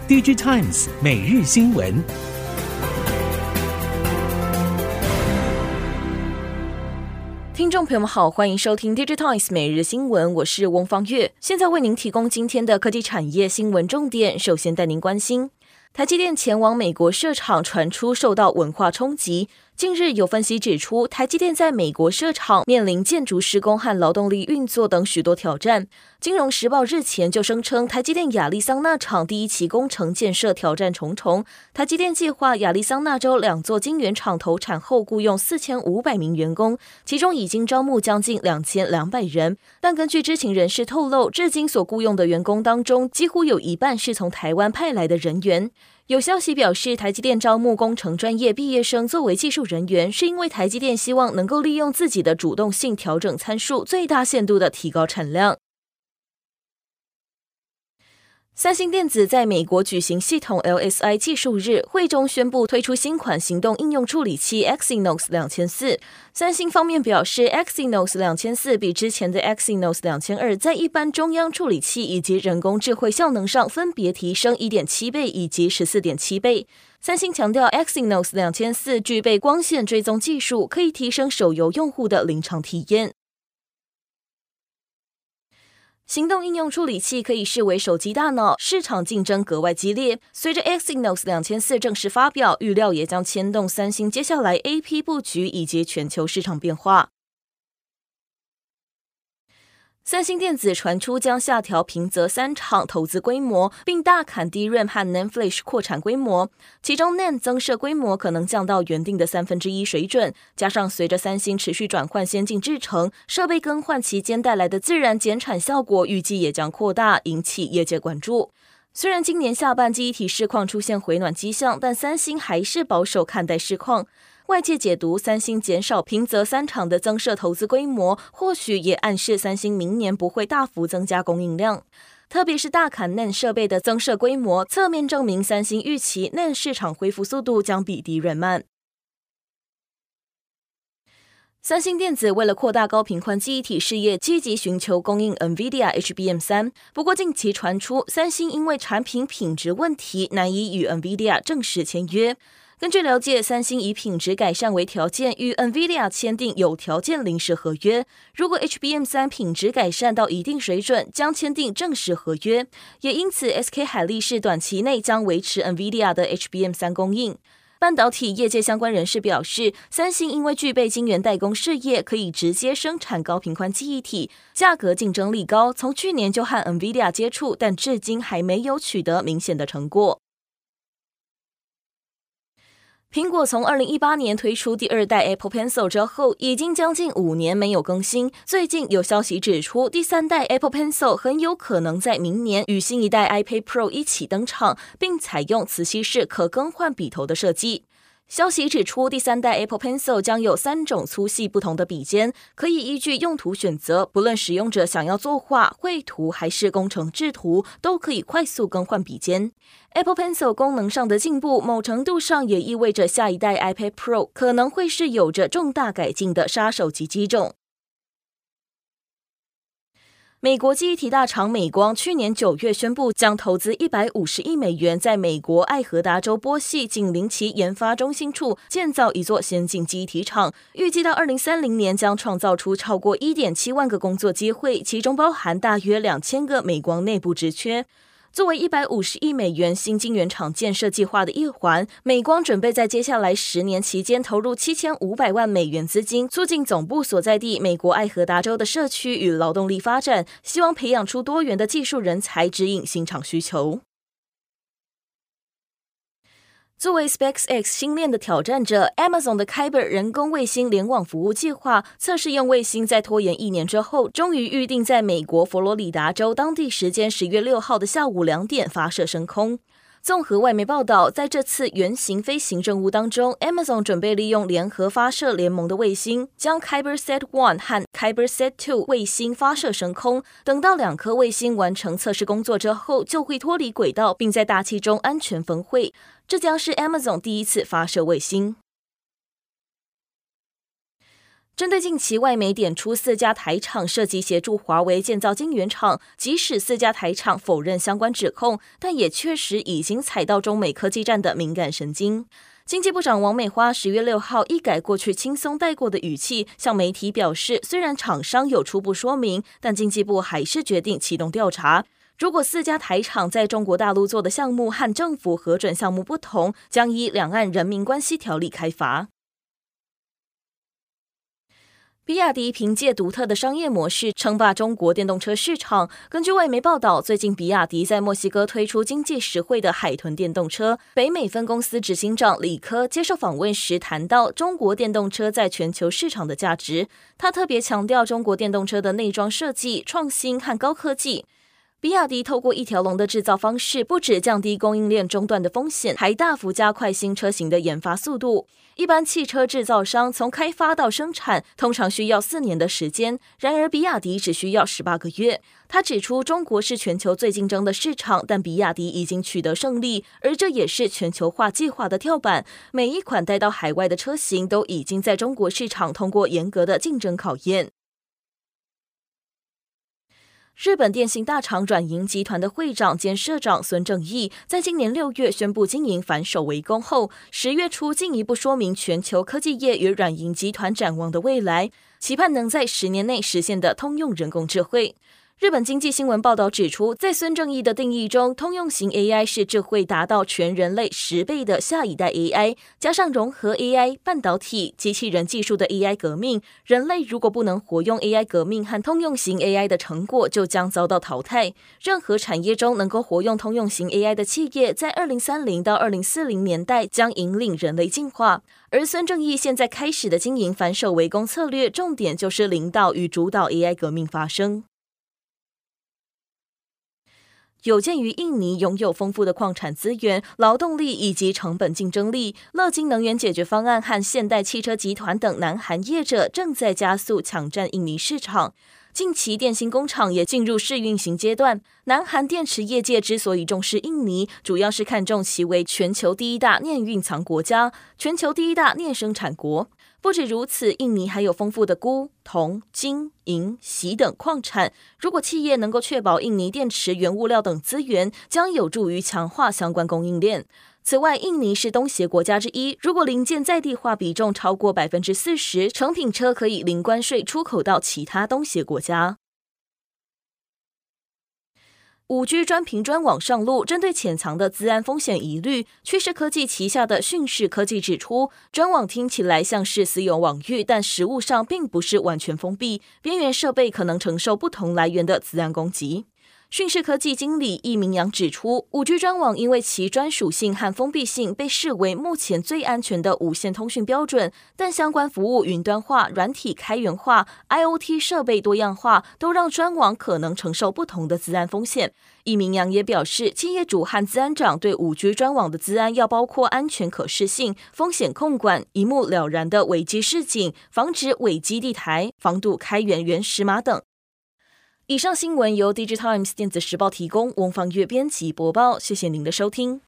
DigiTimes 每日新闻。 听众朋友们好，欢迎收听 DigiTimes 每日新闻，我是翁方月，现在为您提供今天的科技产业新闻重点。首先带您关心，台积电前往美国设厂传出受到文化冲击。近日有分析指出，台积电在美国设厂面临建筑施工和劳动力运作等许多挑战。金融时报日前就声称，台积电亚利桑那厂第一期工程建设挑战重重。台积电计划亚利桑那州2座晶圆厂投产后雇用4500名员工，其中已经招募将近2200人。但根据知情人士透露，至今所雇用的员工当中，几乎有一半是从台湾派来的人员。有消息表示，台积电招募工程专业毕业生作为技术人员，是因为台积电希望能够利用自己的主动性调整参数，最大限度的提高产量。三星电子在美国举行系统 LSI 技术日，会中宣布推出新款行动应用处理器 Exynos 2400。三星方面表示， Exynos 2400比之前的 Exynos 2200在一般中央处理器以及人工智慧效能上分别提升 1.7 倍以及 14.7 倍。三星强调 Exynos 2400具备光线追踪技术，可以提升手游用户的临场体验。行动应用处理器可以视为手机大脑，市场竞争格外激烈。随着 Exynos 2400正式发表，预料也将牵动三星接下来 AP 布局以及全球市场变化。三星电子传出将下调平泽3厂投资规模，并大砍 DRAM 和 NAND Flash 扩产规模，其中 NAND 增设规模可能降到原定的1/3水准，加上随着三星持续转换先进制程，设备更换期间带来的自然减产效果预计也将扩大，引起业界关注。虽然今年下半记忆体市况出现回暖迹象，但三星还是保守看待市况。外界解读三星减少平泽3厂的增设投资规模，或许也暗示三星明年不会大幅增加供应量。特别是大砍 NAND 设备的增设规模，侧面证明三星预期 NAND 市场恢复速度将比DRAM慢。三星电子为了扩大高频宽记忆体事业，积极寻求供应 NVIDIA HBM3。不过近期传出，三星因为产品品质问题，难以与 NVIDIA 正式签约。根据了解，三星以品质改善为条件，与 NVIDIA 签订有条件临时合约。如果 HBM3 品质改善到一定水准，将签订正式合约。也因此 SK 海力士短期内将维持 NVIDIA 的 HBM3 供应。半导体业界相关人士表示，三星因为具备晶圆代工事业，可以直接生产高频宽记忆体，价格竞争力高，从去年就和 NVIDIA 接触，但至今还没有取得明显的成果。苹果从2018年推出第2代 Apple Pencil 之后，已经将近5年没有更新。最近有消息指出，第3代 Apple Pencil 很有可能在明年与新一代 iPad Pro 一起登场，并采用磁吸式可更换笔头的设计。消息指出，第3代 Apple Pencil 将有3种粗细不同的笔尖，可以依据用途选择，不论使用者想要作画、绘图还是工程制图，都可以快速更换笔尖。Apple Pencil 功能上的进步，某程度上也意味着下一代 iPad Pro 可能会是有着重大改进的杀手级机种。美国记忆体大厂美光去年9月宣布，将投资150亿美元，在美国爱荷达州波系紧邻其研发中心处建造一座先进记忆体厂，预计到2030年将创造出超过 1.7 万个工作机会，其中包含大约2000个美光内部职缺。作为150亿美元新晶圆厂建设计划的一环，美光准备在接下来10年期间投入7500万美元资金，促进总部所在地美国爱荷达州的社区与劳动力发展，希望培养出多元的技术人才，指引新厂需求。作为 SpaceX 星链的挑战者， Amazon 的 Kyber 人工卫星联网服务计划测试用卫星在拖延1年之后，终于预定在美国佛罗里达州当地时间10月6号的下午2点发射升空。综合外媒报道，在这次原型飞行任务当中， Amazon 准备利用联合发射联盟的卫星，将 KyberSat 1和 KyberSat 2卫星发射升空。等到2颗卫星完成测试工作之后，就会脱离轨道，并在大气中安全分汇。这将是 Amazon 第一次发射卫星。 针对近期外媒点出4家台厂涉及协助华为建造晶圆厂，即使4家台厂否认相关指控，但也确实已经踩到中美科技战的敏感神经。经济部长王美花10月6号一改过去轻松带过的语气，向媒体表示，虽然厂商有初步说明，但经济部还是决定启动调查。如果4家台厂在中国大陆做的项目和政府核准项目不同，将依《两岸人民关系条例》开罚。比亚迪凭借独特的商业模式称霸中国电动车市场。根据外媒报道，最近比亚迪在墨西哥推出经济实惠的海豚电动车。北美分公司执行长李科接受访问时谈到中国电动车在全球市场的价值，他特别强调中国电动车的内装设计、创新和高科技。比亚迪透过一条龙的制造方式，不只降低供应链中断的风险，还大幅加快新车型的研发速度。一般汽车制造商从开发到生产通常需要4年的时间，然而比亚迪只需要18个月。他指出，中国是全球最竞争的市场，但比亚迪已经取得胜利，而这也是全球化计划的跳板。每一款带到海外的车型都已经在中国市场通过严格的竞争考验。日本电信大厂软银集团的会长兼社长孙正义，在今年6月宣布经营反守为攻后，10月初进一步说明全球科技业与软银集团展望的未来，期盼能在10年内实现的通用人工智慧。日本经济新闻报道指出，在孙正义的定义中，通用型 AI 是智慧达到全人类10倍的下一代 AI， 加上融合 AI、半导体、机器人技术的 AI 革命，人类如果不能活用 AI 革命和通用型 AI 的成果，就将遭到淘汰。任何产业中能够活用通用型 AI 的企业，在2030到2040年代将引领人类进化。而孙正义现在开始的经营反守为攻策略，重点就是领导与主导 AI 革命发生。有鉴于印尼拥有丰富的矿产资源、劳动力以及成本竞争力，乐金能源解决方案和现代汽车集团等南韩业者正在加速抢占印尼市场。近期电芯工厂也进入试运行阶段。南韩电池业界之所以重视印尼，主要是看重其为全球第一大镍蕴藏国家、全球第一大镍生产国。不止如此，印尼还有丰富的钴、铜、金、银、锡等矿产。如果企业能够确保印尼电池原物料等资源，将有助于强化相关供应链。此外，印尼是东协国家之一，如果零件在地化比重超过 40%， 成品车可以零关税出口到其他东协国家。5G 专频专网上路，针对潜藏的资安风险疑虑，趋势科技旗下的讯势科技指出，专网听起来像是私有网域，但实务上并不是完全封闭，边缘设备可能承受不同来源的资安攻击。讯势科技经理易明阳指出， 5G 专网因为其专属性和封闭性被视为目前最安全的无线通讯标准，但相关服务云端化、软体开源化、IoT 设备多样化都让专网可能承受不同的资安风险。易明阳也表示，企业主和资安长对 5G 专网的资安要包括安全可视性、风险控管、一目了然的危机示警、防止伪基地台、防堵开源原始码等。以上新闻由 Digitimes 电子时报提供，翁方月编辑播报，谢谢您的收听。